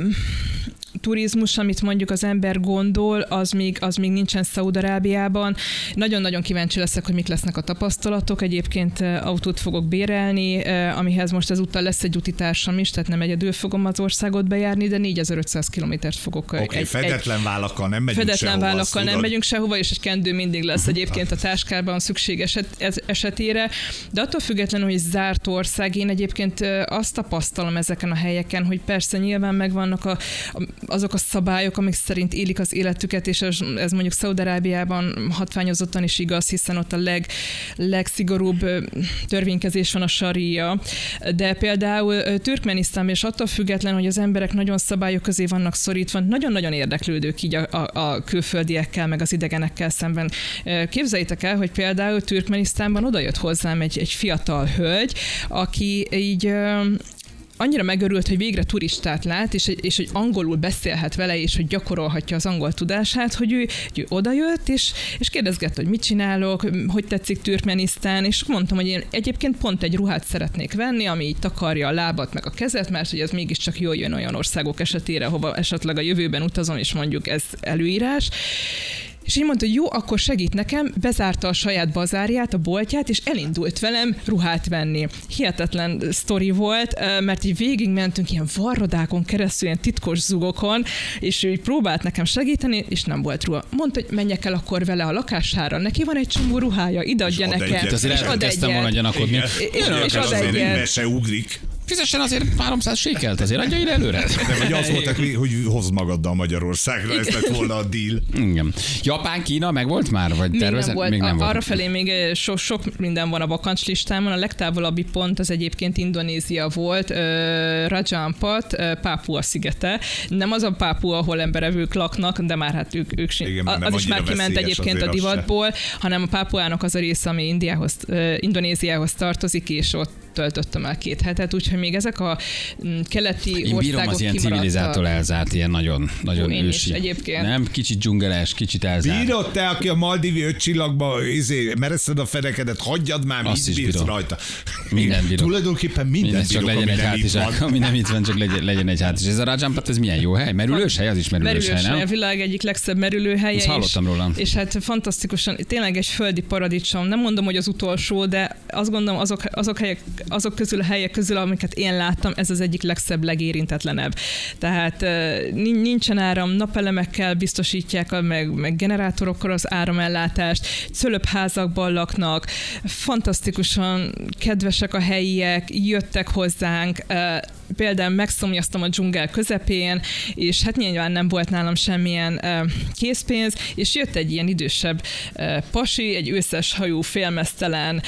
turizmus, amit mondjuk az ember gondol, az még, az még nincsen Szaúd-Arábiában. Nagyon-nagyon kíváncsi leszek, hogy mik lesznek a tapasztalatok. Egyébként autót fogok bérelni, amihez most ezúttal lesz egy utitársam is, tehát nem egyedül fogom az országot bejárni, de négyezer-ötszáz kilométert fogok. Oké, okay, fedetlen vállakkal nem megyünk fedetlen sehova. vállakkal nem megyünk sehova, és egy kendő mindig lesz egyébként a táskában szükség eset, esetére. De attól függetlenül, hogy zárt ország, én egyébként azt tapasztalom ezeken a helyeken, hogy persze nyilván megvannak a, a azok a szabályok, amik szerint élik az életüket, és ez, ez mondjuk Szaúd-Arábiában hatványozottan is igaz, hiszen ott a leg, legszigorúbb törvénykezés van a saria. De például Türkmenisztánban, és attól független, hogy az emberek nagyon szabályok közé vannak szorítva, nagyon-nagyon érdeklődők így a, a, a külföldiekkel, meg az idegenekkel szemben. Képzeljétek el, hogy például Türkmenisztánban odajött hozzám egy, egy fiatal hölgy, aki így annyira megörült, hogy végre turistát lát, és, és hogy angolul beszélhet vele, és hogy gyakorolhatja az angol tudását, hogy ő, hogy ő odajött, és, és kérdezgette, hogy mit csinálok, hogy tetszik Türkmenisztán, és mondtam, hogy én egyébként pont egy ruhát szeretnék venni, ami így takarja a lábat meg a kezet, mert hogy ez mégiscsak jól jön olyan országok esetére, hova esetleg a jövőben utazom, és mondjuk ez előírás. És így mondta, hogy jó, akkor segít nekem, bezárta a saját bazárját, a boltját, és elindult velem ruhát venni. Hihetetlen sztori volt, mert így végigmentünk ilyen varrodákon keresztül, ilyen titkos zugokon, és ő így próbált nekem segíteni, és nem volt ruha. Mondta, hogy menjek el akkor vele a lakására, neki van egy csomó ruhája, ide adja és nekem. Ad azért elkezdtem volna gyanakodni. És, és ad egyet. Se ugrik. Fizessen azért háromszáz sékelt, azért adja ide előre. De vagy azt mondták, hogy hozd magaddal Magyarországra, ez lett volna a deal. Igen. Japán, Kína meg volt már? Vagy még tervezett? nem volt. Még nem volt. Arra felé még so, sok minden van a vakancslistámon. A legtávolabbi pont az egyébként Indonézia volt, uh, Raja Ampat, uh, Pápua szigete. Nem az a Pápua, ahol emberevők laknak, de már hát ők, ők igen, a, az is már kiment egyébként a divatból, hanem a Pápuának az a része, ami Indiához, uh, Indonéziához tartozik, és ott töltöttem el két hetet, úgyhogy még ezek a keleti Én országok bírom az ilyen civilizától elzárt, ilyen nagyon, nagyon én ősi. Is, egyébként. Nem, kicsit dzsungeles, kicsit elzárt. Bírod te, aki a Maldivi öt csillagba izé, mereszed a fenekedet, hagyjad már, Azt mit is bírsz bírom. rajta. Mindent bírok. Tulajdonképpen mindent Minden csak bírok, legyen ami egy nem itt hátizsák, van. ami nem itt van, csak legyen, legyen egy hátizsák. Ez a Raja Ampat, ez milyen jó hely? Merülős hely? Az is merülős, merülős hely, nem? hely, a világ egyik legszebb merülőhelye. Ezt hallottam és, róla. És hát fantasztikusan, tényleg egy földi paradicsom. Nem mondom, hogy az utolsó, de azt gondolom, azok, azok, helyek, azok közül a helyek közül, amiket én láttam, ez az egyik legszebb, legérintetlenebb. Tehát nincsen áram, napelemekkel biztosítják, meg, meg generátorokkal az áramellátást, cölöpházakban laknak, fantasztikusan kedvesek a helyiek, jöttek hozzánk, például megszomjaztam a dzsungel közepén, és hát nyilván nem volt nálam semmilyen készpénz, és jött egy ilyen idősebb pasi, egy őszes hajú, félmeztelen,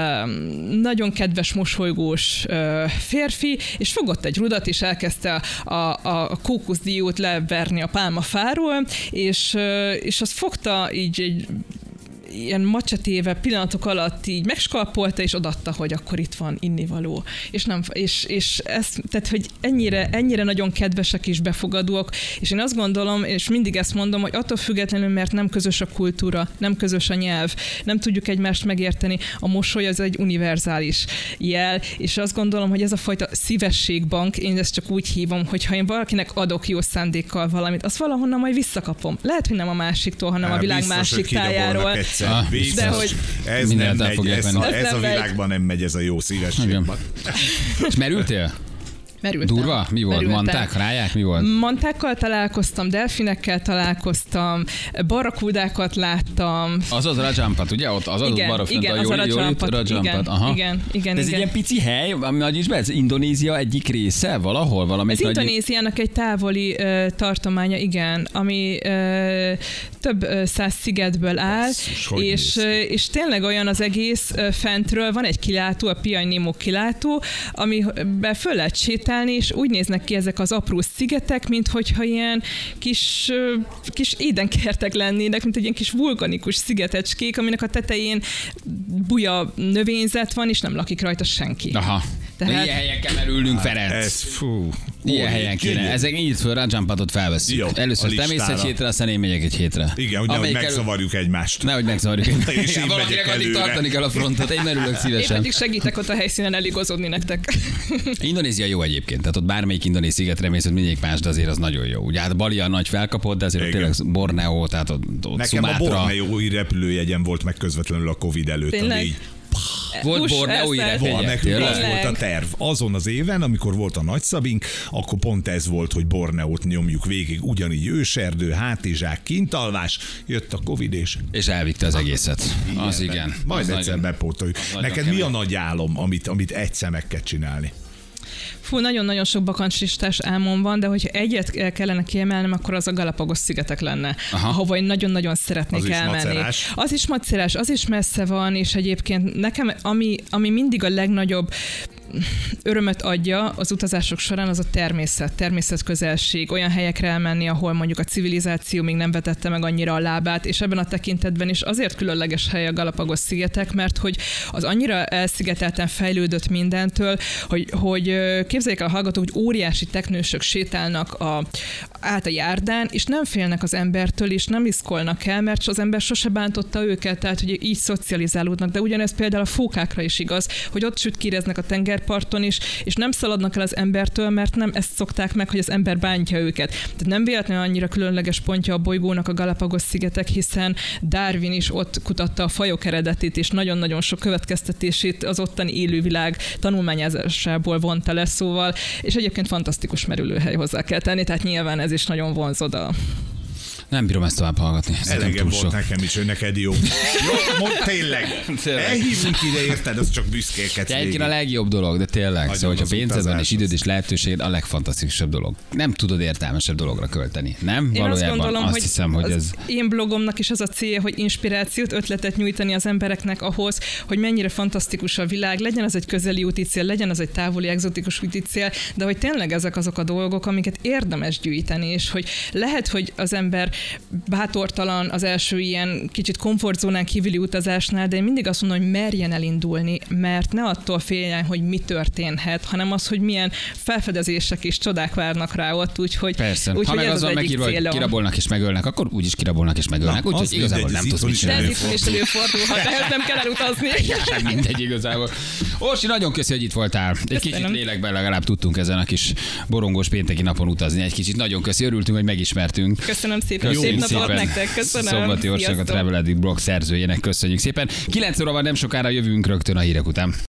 nagyon kedves, mosolygós férfi, és fogott egy rudat, és elkezdte a, a, a kókuszdiót leverni a pálmafáról, és, és azt fogta így egy ilyen macsetéve pillanatok alatt így megskalpolta, és odatta, hogy akkor itt van innivaló. És, nem, és, és ez, tehát, hogy ennyire, ennyire nagyon kedvesek és befogadóak, és én azt gondolom, és mindig ezt mondom, hogy attól függetlenül, mert nem közös a kultúra, nem közös a nyelv, nem tudjuk egymást megérteni, a mosoly az egy univerzális jel, és azt gondolom, hogy ez a fajta szívességbank, én ezt csak úgy hívom, hogy ha én valakinek adok jó szándékkal valamit, azt valahonnan majd visszakapom. Lehet, hogy nem a másiktól, hanem Há, a világ biztos, másik tájáról. Ah, de hogy ez nem megy, ez, a, ez a világban nem megy ez a jó szívességbank. És merültél? Merültem. Durva? Mi volt? Merültem. Manták? Ráják? Mi volt? Mantákkal találkoztam, delfinekkel találkoztam, barrakudákat láttam. Az az Rajampat, ugye? Ott az az igen, barra fönt igen, a az Joli, a Rajampat. Rajampat. Igen, Aha. igen, igen. De ez igen. egy ilyen pici hely, ami nagy is be, ez Indonézia egyik része valahol? Valamelyik ez nagy... Indonéziának egy távoli uh, tartománya, igen, ami uh, több uh, száz szigetből áll, Basszus, és, uh, és tényleg olyan az egész uh, fentről, van egy kilátó, a Piai Nemo kilátó, amiben föl lehet sétálni, és úgy néz ki ezek az apró szigetek, mint hogyha ilyen kis, kis édenkertek lennének, mint egy ilyen kis vulkanikus szigetecskék, aminek a tetején buja növényzet van, és nem lakik rajta senki. Aha. Tehát... Ilyen helyen kell elülnünk, Ferenc. Ez fú. Ilyen helyen kéne. Ezek így föl, Rajampatot felveszünk. Jó, Először te mész egy hétre, aztán én megyek egy hétre. Igen, ugye, hogy megzavarjuk elő... egymást. Nehogy megzavarjuk egymást. Igen, valakinek addig tartani kell a frontot, én merülök szívesen. Én pedig segítek ott a helyszínen eligazodni nektek. Indonézia jó egyébként, tehát ott bármelyik indonéz szigetre mész, hogy mindegyik más, de azért az nagyon jó. Ugye hát Bali a nagy felkapott, de azért ott tényleg Borneo, tehát ott, ott Nekem Szumátra. a Borneói repülőjegyen volt meg közvetlenül a Covid előtt. Tényleg? Így... Volt Borneói repülőjegy. Nekünk az volt a terv. Azon az éven, amikor volt a nagyszabink, akkor pont ez volt, hogy Borneót nyomjuk végig, ugyanígy őserdő, hátizsák, kintalvás, jött a Covid és... És elvitte az egészet. Az igen. Majd az egyszer nagyon, bepótoljuk. Neked mi a nagy álom, amit, amit egyszer meg kell csinálni? Fú, nagyon-nagyon sok bakancslistás álmom van, de hogyha egyet kellene kiemelnem, akkor az a Galapagos szigetek lenne, Aha. ahova én nagyon-nagyon szeretnék az elmenni. Is macerás. Az is macerás, az is messze van, és egyébként nekem, ami, ami mindig a legnagyobb örömöt adja az utazások során, az a természet, természetközelség, olyan helyekre elmenni, ahol mondjuk a civilizáció még nem vetette meg annyira a lábát, és ebben a tekintetben is azért különleges hely a Galapagos szigetek, mert hogy az annyira elszigetelten fejlődött mindentől, hogy, hogy képzeljék el a hallgatók, hogy óriási teknősök sétálnak a, át a járdán, és nem félnek az embertől, és nem iszkolnak el, mert az ember sose bántotta őket, tehát hogy így szocializálódnak, de ugyanez például a fókákra is igaz, hogy ott sütkíreznek a tengerparton is, és nem szaladnak el az embertől, mert nem ezt szokták meg, hogy az ember bántja őket. Tehát nem véletlenül annyira különleges pontja a bolygónak a Galapagos szigetek, hiszen Darwin is ott kutatta a fajok eredetét, és nagyon-nagyon sok következtetését az ottani élővilág tanulmányozásából vonta le, szóval, és egyébként fantasztikus merülőhely, hozzá kell tenni, tehát nyilván ez is nagyon vonzod a... Nem bírom ezt tovább hallgatni. Elegem volt sok. Nekem is, hogy neked jó. Jó, mond tényleg. Elhívunk ide, érted, az csak büszkélkedsz. Egyébként a legjobb dolog, de tényleg. Nagyon szóval, hogyha pénzed van és időd és lehetőséged, a legfantasztikusabb dolog. Nem tudod értelmesebb dologra költeni. Nem? Én Valójában azt gondolom, azt hogy hiszem, hogy ez... én blogomnak is az a célja, hogy inspirációt, ötletet nyújtani az embereknek ahhoz, hogy mennyire fantasztikus a világ, legyen az egy közeli úti cél, legyen az egy távoli egzotikus úti cél, de hogy tényleg ezek azok a dolgok, amiket érdemes gyűjteni, és hogy lehet, hogy az ember bátortalan az első ilyen kicsit komfortzónán kívüli utazásnál, de én mindig azt mondom, hogy merjen elindulni, mert ne attól féljen, hogy mi történhet, hanem az, hogy milyen felfedezések és csodák várnak rá ott, úgyhogy Persze. Úgy, ha meg az van megírva, hogy kirabolnak és megölnek, akkor úgyis kirabolnak és megölnek, úgyhogy igazából nem tudsz mit csinálni. De ez itt is előfordulhat, ehhez nem kell elutazni. Sem mindegy igazából. Orsi, nagyon köszi, hogy itt voltál. Egy kicsit lélekben legalább tudtunk ezen a kis borongós pénteki napon utazni. Egy kicsit nagyon köszi, örültünk, hogy megismertünk. Köszönöm szépen. Szép napot nektek, köszönöm. Szombati Orsolya, a Travel Addict blog szerzőjének köszönjük szépen. kilenc óra van, nem sokára jövünk rögtön a hírek után.